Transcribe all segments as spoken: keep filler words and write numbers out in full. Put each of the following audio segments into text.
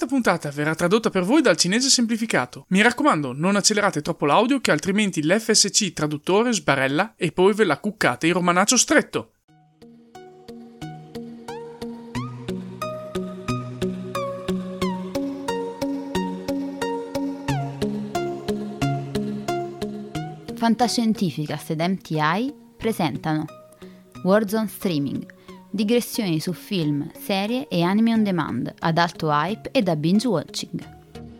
Questa puntata verrà tradotta per voi dal cinese semplificato. Mi raccomando, non accelerate troppo l'audio che altrimenti l'F S C traduttore sbarella e poi ve la cuccate in romanaccio stretto. Fantascientificast ed M T I presentano Warzone Streaming, digressioni su film, serie e anime on demand ad alto hype e da binge watching.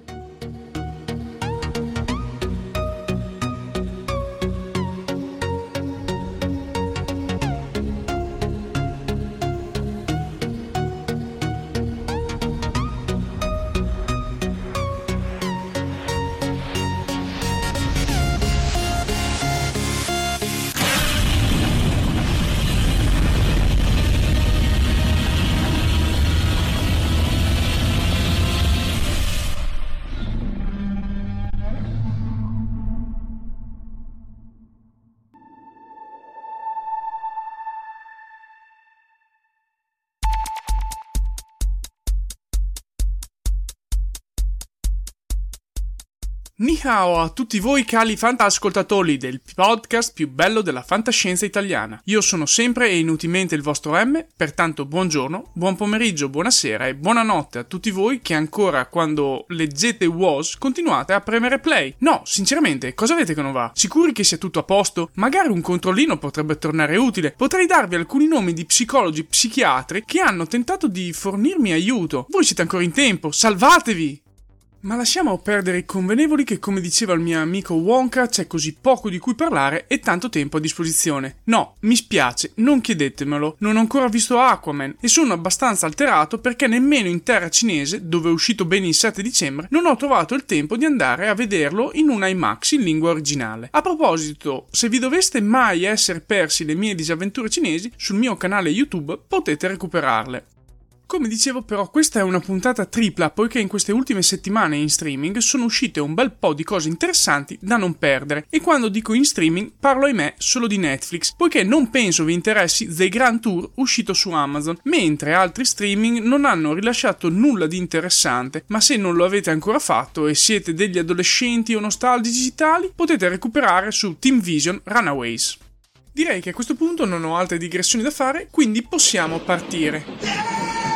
Ni hao a tutti voi cari fantascoltatori del podcast più bello della fantascienza italiana. Io sono sempre e inutilmente il vostro M, pertanto buongiorno, buon pomeriggio, buonasera e buonanotte a tutti voi che ancora quando leggete W O S continuate a premere play. No, sinceramente, cosa avete che non va? Sicuri che sia tutto a posto? Magari un controllino potrebbe tornare utile. Potrei darvi alcuni nomi di psicologi, psichiatri che hanno tentato di fornirmi aiuto. Voi siete ancora in tempo, salvatevi! Ma lasciamo perdere i convenevoli che, come diceva il mio amico Wonka, c'è così poco di cui parlare e tanto tempo a disposizione. No, mi spiace, non chiedetemelo, non ho ancora visto Aquaman e sono abbastanza alterato perché nemmeno in terra cinese, dove è uscito bene il sette dicembre, non ho trovato il tempo di andare a vederlo in un IMAX in lingua originale. A proposito, se vi doveste mai essere persi le mie disavventure cinesi, sul mio canale YouTube potete recuperarle. Come dicevo però, questa è una puntata tripla poiché in queste ultime settimane in streaming sono uscite un bel po' di cose interessanti da non perdere, e quando dico in streaming parlo ahimè solo di Netflix, poiché non penso vi interessi The Grand Tour uscito su Amazon, mentre altri streaming non hanno rilasciato nulla di interessante, ma se non lo avete ancora fatto e siete degli adolescenti o nostalgici digitali potete recuperare su Team Vision Runaways. Direi che a questo punto non ho altre digressioni da fare, quindi possiamo partire.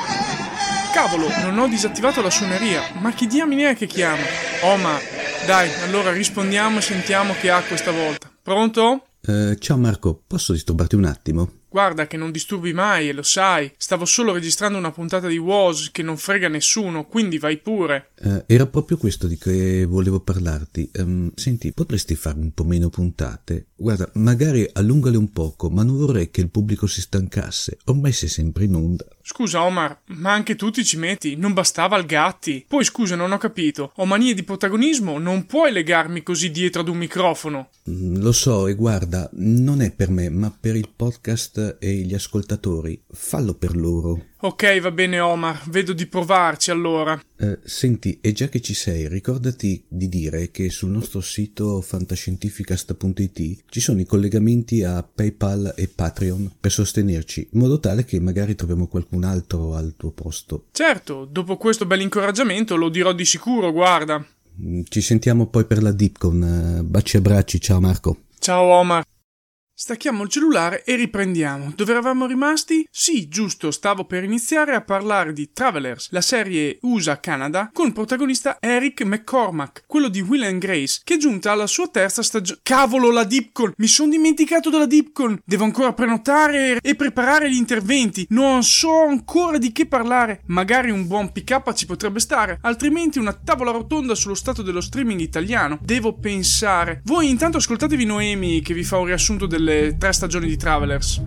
Cavolo, non ho disattivato la suoneria, ma chi diamine è che chiama? Oh ma, dai, allora rispondiamo e sentiamo che ha questa volta. Pronto? Uh, ciao Marco, posso disturbarti un attimo? Guarda che non disturbi mai e lo sai, stavo solo registrando una puntata di W O S che non frega nessuno, quindi vai pure. Uh, era proprio questo di che volevo parlarti. Um, senti, potresti fare un po' meno puntate? Guarda, magari allungale un poco, ma non vorrei che il pubblico si stancasse, ormai sei sempre in onda. Scusa Omar, ma anche tu ti ci metti, non bastava il gatti. Poi scusa, non ho capito, ho manie di protagonismo, non puoi legarmi così dietro ad un microfono. Mm, lo so, e guarda, non è per me, ma per il podcast e gli ascoltatori. Fallo per loro. Ok, va bene Omar, vedo di provarci allora. Uh, senti, e già che ci sei, ricordati di dire che sul nostro sito fantascientificast punto it ci sono i collegamenti a PayPal e Patreon per sostenerci, in modo tale che magari troviamo qualcun altro al tuo posto. Certo, dopo questo bel incoraggiamento lo dirò di sicuro, guarda. Ci sentiamo poi per la Dipcon. Uh, baci e abbracci, ciao Marco. Ciao Omar. Stacchiamo il cellulare e riprendiamo. Dove eravamo rimasti? Sì, giusto, stavo per iniziare a parlare di Travelers, la serie U S A-Canada con protagonista Eric McCormack, quello di Will and Grace, che è giunta alla sua terza stagione. Cavolo, la Dipcon! Mi sono dimenticato della Dipcon! Devo ancora prenotare e preparare gli interventi. Non so ancora di che parlare. Magari un buon pick up ci potrebbe stare, altrimenti una tavola rotonda sullo stato dello streaming italiano. Devo pensare. Voi intanto ascoltatevi Noemi che vi fa un riassunto delle le tre stagioni di Travelers.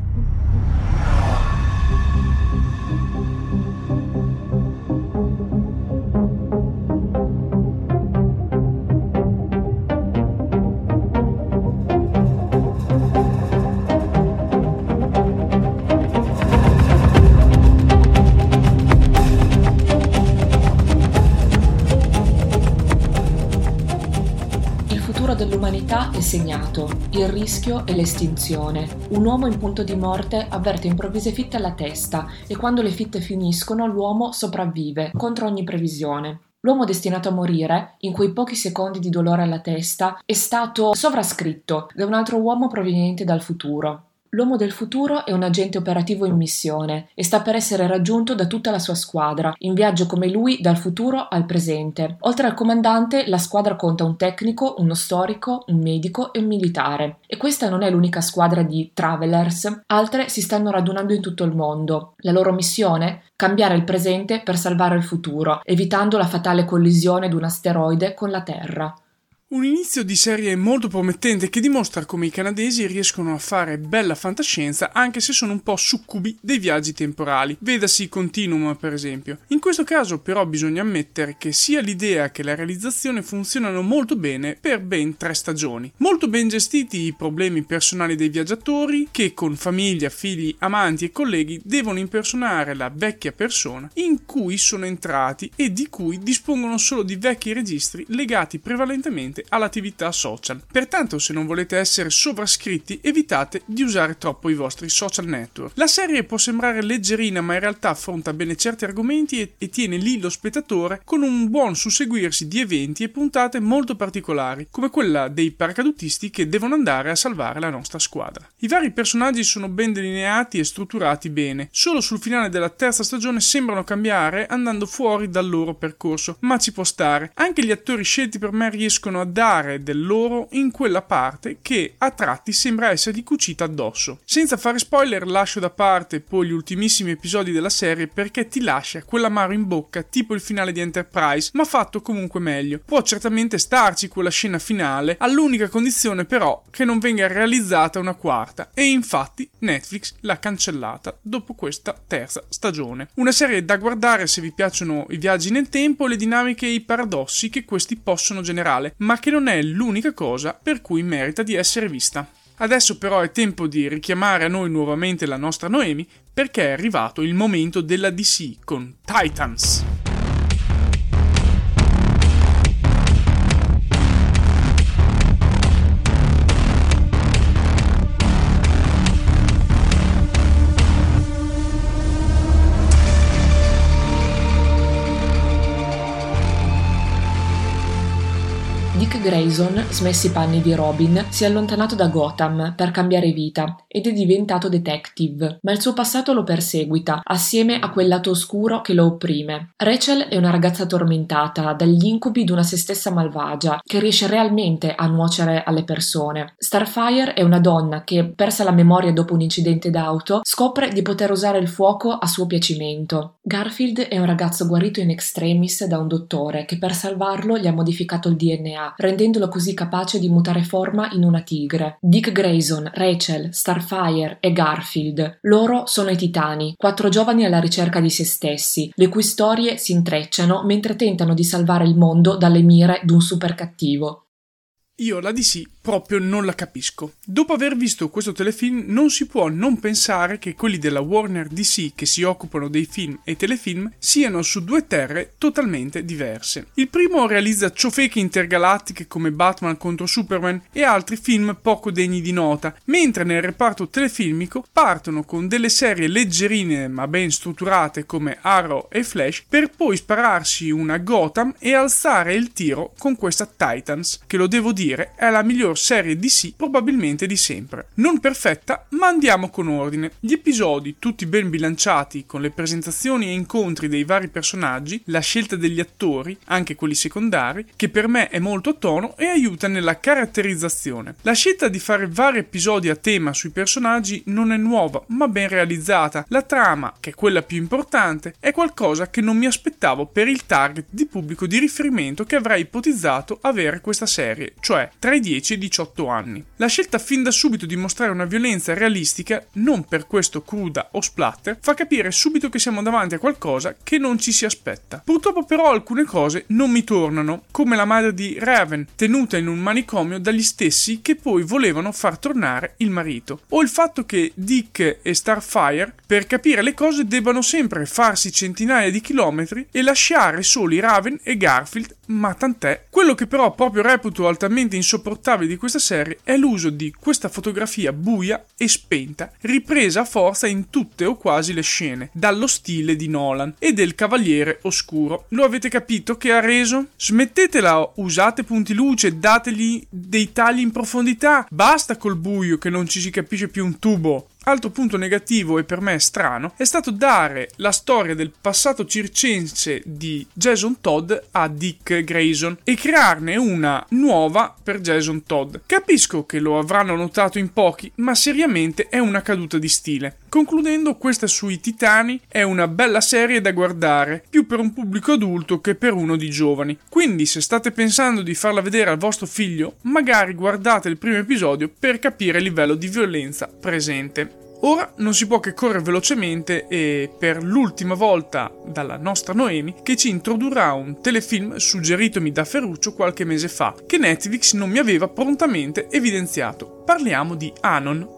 dell'umanità è segnato, il rischio e l'estinzione. Un uomo in punto di morte avverte improvvise fitte alla testa e quando le fitte finiscono l'uomo sopravvive, contro ogni previsione. L'uomo destinato a morire, in quei pochi secondi di dolore alla testa, è stato sovrascritto da un altro uomo proveniente dal futuro. L'uomo del futuro è un agente operativo in missione e sta per essere raggiunto da tutta la sua squadra, in viaggio come lui dal futuro al presente. Oltre al comandante, la squadra conta un tecnico, uno storico, un medico e un militare. E questa non è l'unica squadra di travelers, altre si stanno radunando in tutto il mondo. La loro missione? Cambiare il presente per salvare il futuro, evitando la fatale collisione di un asteroide con la Terra. Un inizio di serie molto promettente che dimostra come i canadesi riescono a fare bella fantascienza anche se sono un po' succubi dei viaggi temporali, vedasi Continuum per esempio. In questo caso però bisogna ammettere che sia l'idea che la realizzazione funzionano molto bene per ben tre stagioni. Molto ben gestiti i problemi personali dei viaggiatori che con famiglia, figli, amanti e colleghi devono impersonare la vecchia persona in cui sono entrati e di cui dispongono solo di vecchi registri legati prevalentemente all'attività social. Pertanto, se non volete essere sovrascritti, evitate di usare troppo i vostri social network. La serie può sembrare leggerina, ma in realtà affronta bene certi argomenti e, e tiene lì lo spettatore con un buon susseguirsi di eventi e puntate molto particolari, come quella dei paracadutisti che devono andare a salvare la nostra squadra. I vari personaggi sono ben delineati e strutturati bene. Solo sul finale della terza stagione sembrano cambiare andando fuori dal loro percorso, ma ci può stare. Anche gli attori scelti per me riescono a dare del loro in quella parte che a tratti sembra essergli cucita addosso. Senza fare spoiler, lascio da parte poi gli ultimissimi episodi della serie perché ti lascia quell'amaro in bocca tipo il finale di Enterprise, ma fatto comunque meglio. Può certamente starci quella scena finale, all'unica condizione però che non venga realizzata una quarta, e infatti Netflix l'ha cancellata dopo questa terza stagione. Una serie da guardare se vi piacciono i viaggi nel tempo, le dinamiche e i paradossi che questi possono generare, ma che non è l'unica cosa per cui merita di essere vista. Adesso però è tempo di richiamare a noi nuovamente la nostra Noemi, perché è arrivato il momento della D C con Titans. Dick Grayson, smessi i panni di Robin, si è allontanato da Gotham per cambiare vita ed è diventato detective, ma il suo passato lo perseguita, assieme a quel lato oscuro che lo opprime. Rachel è una ragazza tormentata dagli incubi di una se stessa malvagia, che riesce realmente a nuocere alle persone. Starfire è una donna che, persa la memoria dopo un incidente d'auto, scopre di poter usare il fuoco a suo piacimento. Garfield è un ragazzo guarito in extremis da un dottore che per salvarlo gli ha modificato il D N A, rendendolo così capace di mutare forma in una tigre. Dick Grayson, Rachel, Starfire e Garfield. Loro sono i Titani, quattro giovani alla ricerca di se stessi, le cui storie si intrecciano mentre tentano di salvare il mondo dalle mire di un super cattivo. Io la D C proprio non la capisco. Dopo aver visto questo telefilm non si può non pensare che quelli della Warner D C che si occupano dei film e telefilm siano su due terre totalmente diverse. Il primo realizza ciofeche intergalattiche come Batman contro Superman e altri film poco degni di nota, mentre nel reparto telefilmico partono con delle serie leggerine ma ben strutturate come Arrow e Flash per poi spararsi una Gotham e alzare il tiro con questa Titans, che lo devo dire è la miglior serie D C probabilmente di sempre. Non perfetta, ma andiamo con ordine. Gli episodi, tutti ben bilanciati, con le presentazioni e incontri dei vari personaggi, la scelta degli attori, anche quelli secondari, che per me è molto a tono e aiuta nella caratterizzazione. La scelta di fare vari episodi a tema sui personaggi non è nuova, ma ben realizzata. La trama, che è quella più importante, è qualcosa che non mi aspettavo per il target di pubblico di riferimento che avrei ipotizzato avere questa serie, cioè tra i dieci e i diciotto anni. La scelta fin da subito di mostrare una violenza realistica, non per questo cruda o splatter, fa capire subito che siamo davanti a qualcosa che non ci si aspetta. Purtroppo però alcune cose non mi tornano, come la madre di Raven, tenuta in un manicomio dagli stessi che poi volevano far tornare il marito, o il fatto che Dick e Starfire, per capire le cose, debbano sempre farsi centinaia di chilometri e lasciare soli Raven e Garfield ma tant'è. Quello che però proprio reputo altamente insopportabile di questa serie è l'uso di questa fotografia buia e spenta, ripresa a forza in tutte o quasi le scene, dallo stile di Nolan e del Cavaliere Oscuro. Lo avete capito che ha reso? Smettetela, usate punti luce, dategli dei tagli in profondità, basta col buio che non ci si capisce più un tubo. Altro punto negativo e per me strano è stato dare la storia del passato circense di Jason Todd a Dick Grayson e crearne una nuova per Jason Todd. Capisco che lo avranno notato in pochi, ma seriamente è una caduta di stile. Concludendo, questa sui Titani è una bella serie da guardare, più per un pubblico adulto che per uno di giovani. Quindi se state pensando di farla vedere al vostro figlio, magari guardate il primo episodio per capire il livello di violenza presente. Ora non si può che correre velocemente e per l'ultima volta dalla nostra Noemi che ci introdurrà un telefilm suggeritomi da Ferruccio qualche mese fa che Netflix non mi aveva prontamente evidenziato. Parliamo di Anon.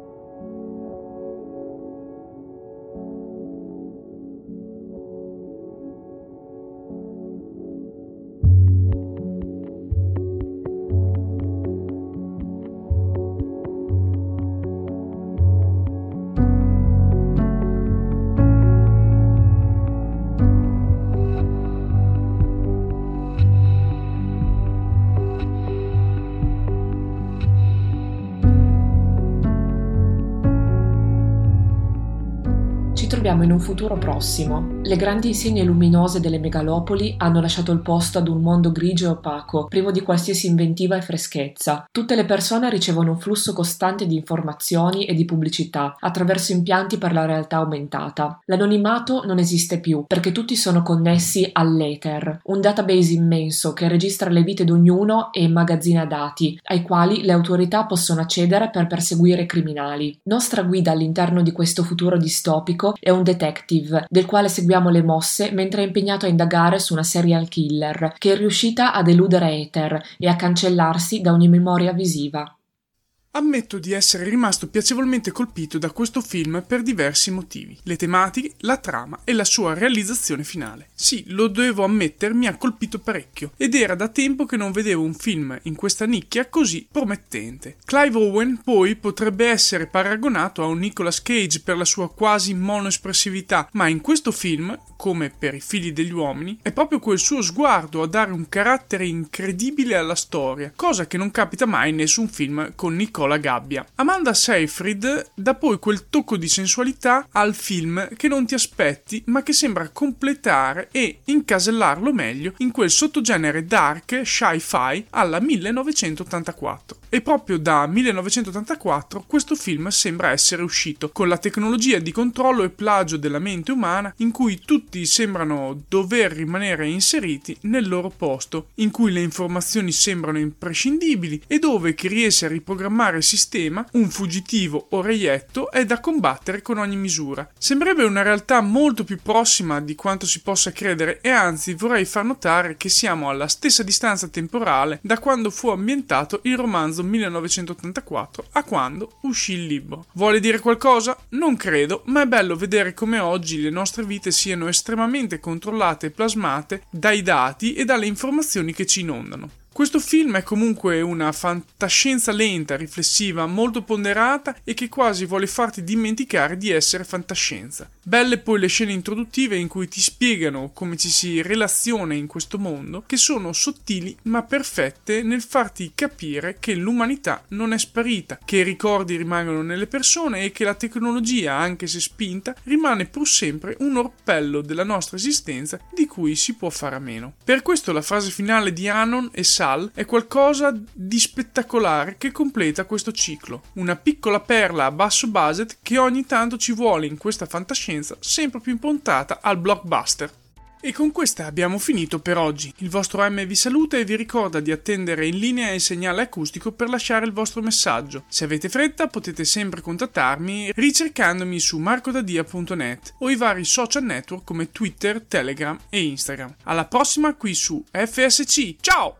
troviamo in un futuro prossimo. Le grandi insegne luminose delle megalopoli hanno lasciato il posto ad un mondo grigio e opaco, privo di qualsiasi inventiva e freschezza. Tutte le persone ricevono un flusso costante di informazioni e di pubblicità attraverso impianti per la realtà aumentata. L'anonimato non esiste più, perché tutti sono connessi all'Ether, un database immenso che registra le vite di ognuno e immagazzina dati, ai quali le autorità possono accedere per perseguire i criminali. Nostra guida all'interno di questo futuro distopico è un detective, del quale seguiamo le mosse mentre è impegnato a indagare su una serial killer che è riuscita ad eludere Ether e a cancellarsi da ogni memoria visiva. Ammetto di essere rimasto piacevolmente colpito da questo film per diversi motivi. Le tematiche, la trama e la sua realizzazione finale. Sì, lo devo ammettere, mi ha colpito parecchio ed era da tempo che non vedevo un film in questa nicchia così promettente. Clive Owen poi potrebbe essere paragonato a un Nicolas Cage per la sua quasi monoespressività, ma in questo film, come per I figli degli uomini, è proprio quel suo sguardo a dare un carattere incredibile alla storia, cosa che non capita mai in nessun film con Nicolas la gabbia. Amanda Seyfried dà poi quel tocco di sensualità al film che non ti aspetti, ma che sembra completare e incasellarlo meglio in quel sottogenere dark sci-fi alla millenovecentottantaquattro. E proprio da millenovecentottantaquattro questo film sembra essere uscito, con la tecnologia di controllo e plagio della mente umana in cui tutti sembrano dover rimanere inseriti nel loro posto, in cui le informazioni sembrano imprescindibili e dove chi riesce a riprogrammare il sistema, un fuggitivo o reietto, è da combattere con ogni misura. Sembrerebbe una realtà molto più prossima di quanto si possa credere e anzi vorrei far notare che siamo alla stessa distanza temporale da quando fu ambientato il romanzo millenovecentottantaquattro a quando uscì il libro. Vuole dire qualcosa? Non credo, ma è bello vedere come oggi le nostre vite siano estremamente controllate e plasmate dai dati e dalle informazioni che ci inondano. Questo film è comunque una fantascienza lenta, riflessiva, molto ponderata e che quasi vuole farti dimenticare di essere fantascienza. Belle poi le scene introduttive in cui ti spiegano come ci si relaziona in questo mondo, che sono sottili ma perfette nel farti capire che l'umanità non è sparita, che i ricordi rimangono nelle persone e che la tecnologia, anche se spinta, rimane pur sempre un orpello della nostra esistenza di cui si può fare a meno. Per questo la frase finale di Anon e Sal è qualcosa di spettacolare che completa questo ciclo, una piccola perla a basso budget che ogni tanto ci vuole in questa fantascienza sempre più improntata al blockbuster. E con questa abbiamo finito per oggi. Il vostro M vi saluta e vi ricorda di attendere in linea il segnale acustico per lasciare il vostro messaggio. Se avete fretta potete sempre contattarmi ricercandomi su marcodadia punto net o i vari social network come Twitter, Telegram e Instagram. Alla prossima qui su F S C. Ciao!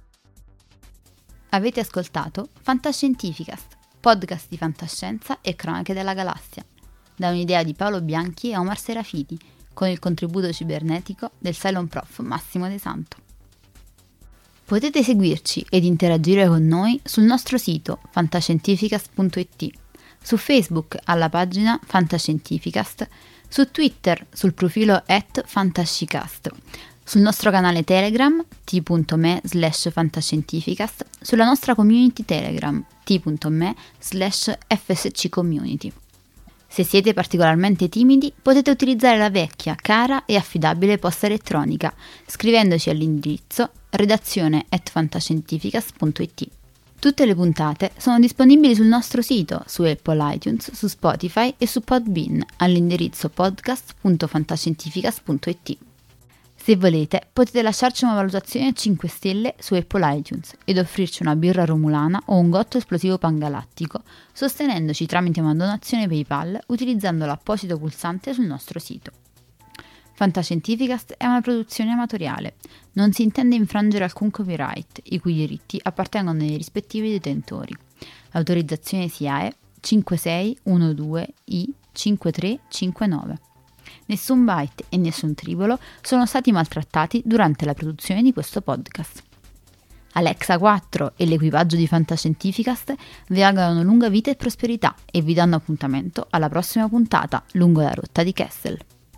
Avete ascoltato Fantascientificast, podcast di fantascienza e cronache della galassia, da un'idea di Paolo Bianchi e Omar Serafiti, con il contributo cibernetico del Cylon Prof Massimo De Santo. Potete seguirci ed interagire con noi sul nostro sito fantascientificast punto it, su Facebook alla pagina Fantascientificast, su Twitter sul profilo at fantascicast, sul nostro canale Telegram t.me slash fantascientificast, sulla nostra community Telegram t.me slash fsccommunity. Se siete particolarmente timidi, potete utilizzare la vecchia, cara e affidabile posta elettronica, scrivendoci all'indirizzo redazione at fantascientificast punto it. Tutte le puntate sono disponibili sul nostro sito, su Apple iTunes, su Spotify e su Podbean, all'indirizzo podcast punto fantascientificast punto it. Se volete, potete lasciarci una valutazione a cinque stelle su Apple iTunes ed offrirci una birra romulana o un gotto esplosivo pangalattico, sostenendoci tramite una donazione PayPal utilizzando l'apposito pulsante sul nostro sito. Fantascientificast è una produzione amatoriale, non si intende infrangere alcun copyright, i cui diritti appartengono ai rispettivi detentori. L'autorizzazione S I A E cinque sei uno due I cinque tre cinque nove. Nessun byte e nessun tribolo sono stati maltrattati durante la produzione di questo podcast. Alexa quattro e l'equipaggio di Fantascientificast vi augurano lunga vita e prosperità e vi danno appuntamento alla prossima puntata lungo la rotta di Kessel.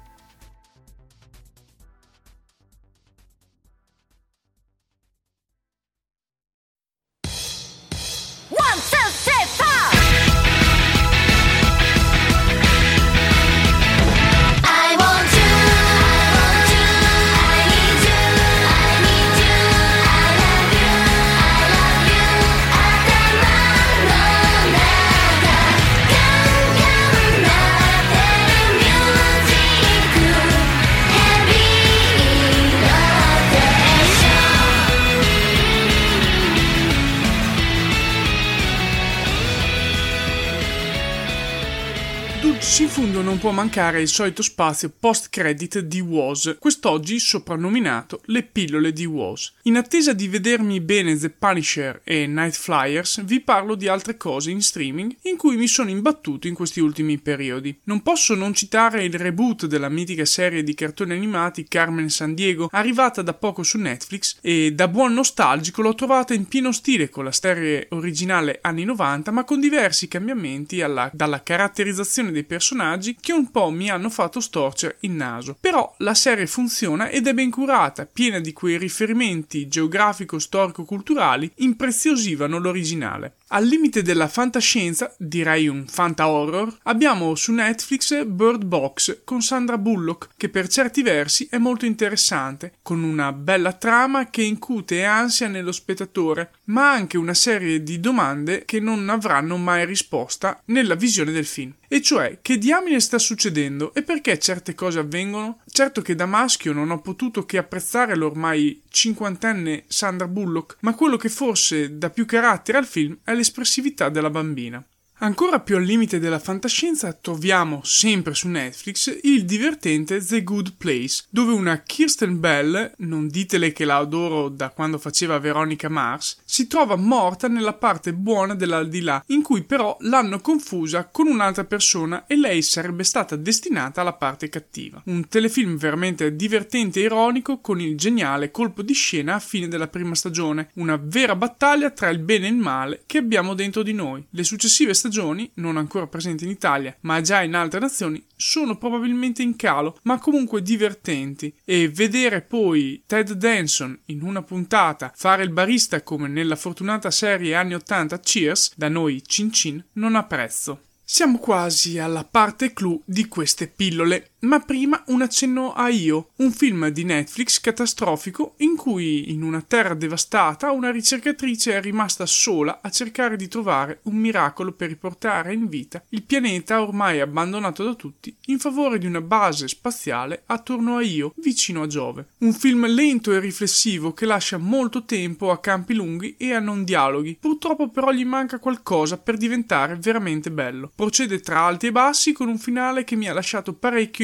In fondo non può mancare il solito spazio post-credit di W O S, quest'oggi soprannominato Le pillole di W O S. In attesa di vedermi bene The Punisher e Night Flyers, vi parlo di altre cose in streaming in cui mi sono imbattuto in questi ultimi periodi. Non posso non citare il reboot della mitica serie di cartoni animati Carmen Sandiego, arrivata da poco su Netflix e da buon nostalgico l'ho trovata in pieno stile con la serie originale anni novanta, ma con diversi cambiamenti alla, dalla caratterizzazione dei personaggi che un po' mi hanno fatto storcere il naso. Però la serie funziona ed è ben curata, piena di quei riferimenti geografico-storico-culturali impreziosivano l'originale. Al limite della fantascienza, direi un fanta-horror, abbiamo su Netflix Bird Box con Sandra Bullock, che per certi versi è molto interessante, con una bella trama che incute ansia nello spettatore, ma anche una serie di domande che non avranno mai risposta nella visione del film. E cioè, che diamine sta succedendo e perché certe cose avvengono? Certo che da maschio non ho potuto che apprezzare l'ormai cinquantenne Sandra Bullock, ma quello che forse dà più carattere al film è l'espressività della bambina. Ancora più al limite della fantascienza troviamo, sempre su Netflix, il divertente The Good Place, dove una Kirsten Bell, non ditele che la adoro da quando faceva Veronica Mars, si trova morta nella parte buona dell'aldilà, in cui però l'hanno confusa con un'altra persona e lei sarebbe stata destinata alla parte cattiva. Un telefilm veramente divertente e ironico con il geniale colpo di scena a fine della prima stagione, una vera battaglia tra il bene e il male che abbiamo dentro di noi. Le successive stagioni, non ancora presenti in Italia ma già in altre nazioni, sono probabilmente in calo ma comunque divertenti, e vedere poi Ted Danson in una puntata fare il barista come nella fortunata serie anni ottanta Cheers, da noi Cin Cin, non ha prezzo. Siamo quasi alla parte clou di queste pillole, ma prima un accenno a Io, un film di Netflix catastrofico in cui in una terra devastata una ricercatrice è rimasta sola a cercare di trovare un miracolo per riportare in vita il pianeta ormai abbandonato da tutti in favore di una base spaziale attorno a Io, vicino a Giove. Un film lento e riflessivo che lascia molto tempo a campi lunghi e a non dialoghi, purtroppo però gli manca qualcosa per diventare veramente bello. Procede tra alti e bassi con un finale che mi ha lasciato parecchio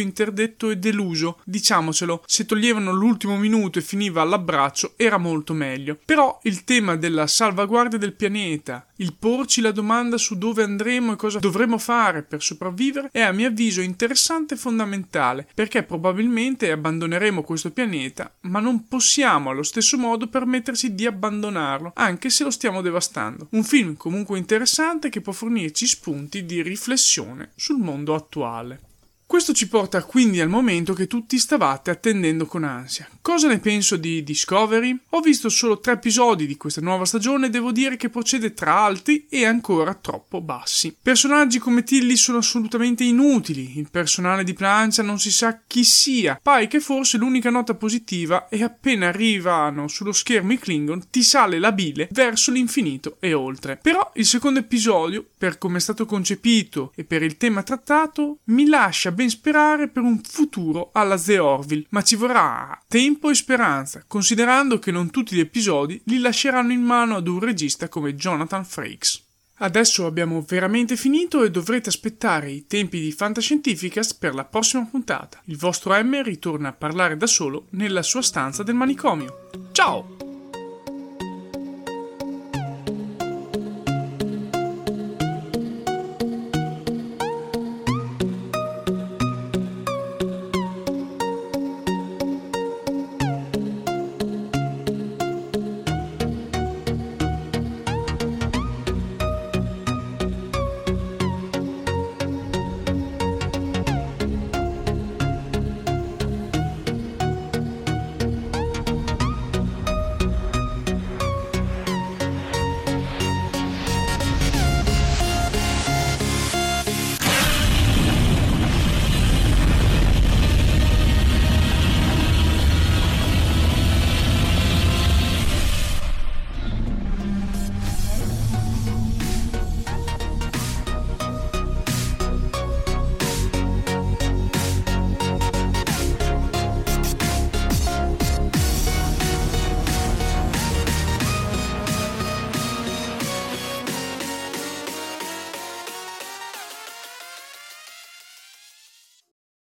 interdetto e deluso, diciamocelo, se toglievano l'ultimo minuto e finiva all'abbraccio era molto meglio. Però il tema della salvaguardia del pianeta, il porci la domanda su dove andremo e cosa dovremo fare per sopravvivere è a mio avviso interessante e fondamentale, perché probabilmente abbandoneremo questo pianeta, ma non possiamo allo stesso modo permettersi di abbandonarlo, anche se lo stiamo devastando. Un film comunque interessante che può fornirci spunti di riflessione sul mondo attuale. Questo ci porta quindi al momento che tutti stavate attendendo con ansia. Cosa ne penso di Discovery? Ho visto solo tre episodi di questa nuova stagione e devo dire che procede tra alti e ancora troppo bassi. Personaggi come Tilly sono assolutamente inutili, il personale di plancia non si sa chi sia, pare che forse l'unica nota positiva è appena arrivano sullo schermo i Klingon ti sale la bile verso l'infinito e oltre. Però il secondo episodio, per come è stato concepito e per il tema trattato, mi lascia ben sperare per un futuro alla The Orville, ma ci vorrà tempo e speranza, considerando che non tutti gli episodi li lasceranno in mano ad un regista come Jonathan Frakes. Adesso abbiamo veramente finito e dovrete aspettare i tempi di Fantascientificast per la prossima puntata. Il vostro M ritorna a parlare da solo nella sua stanza del manicomio. Ciao!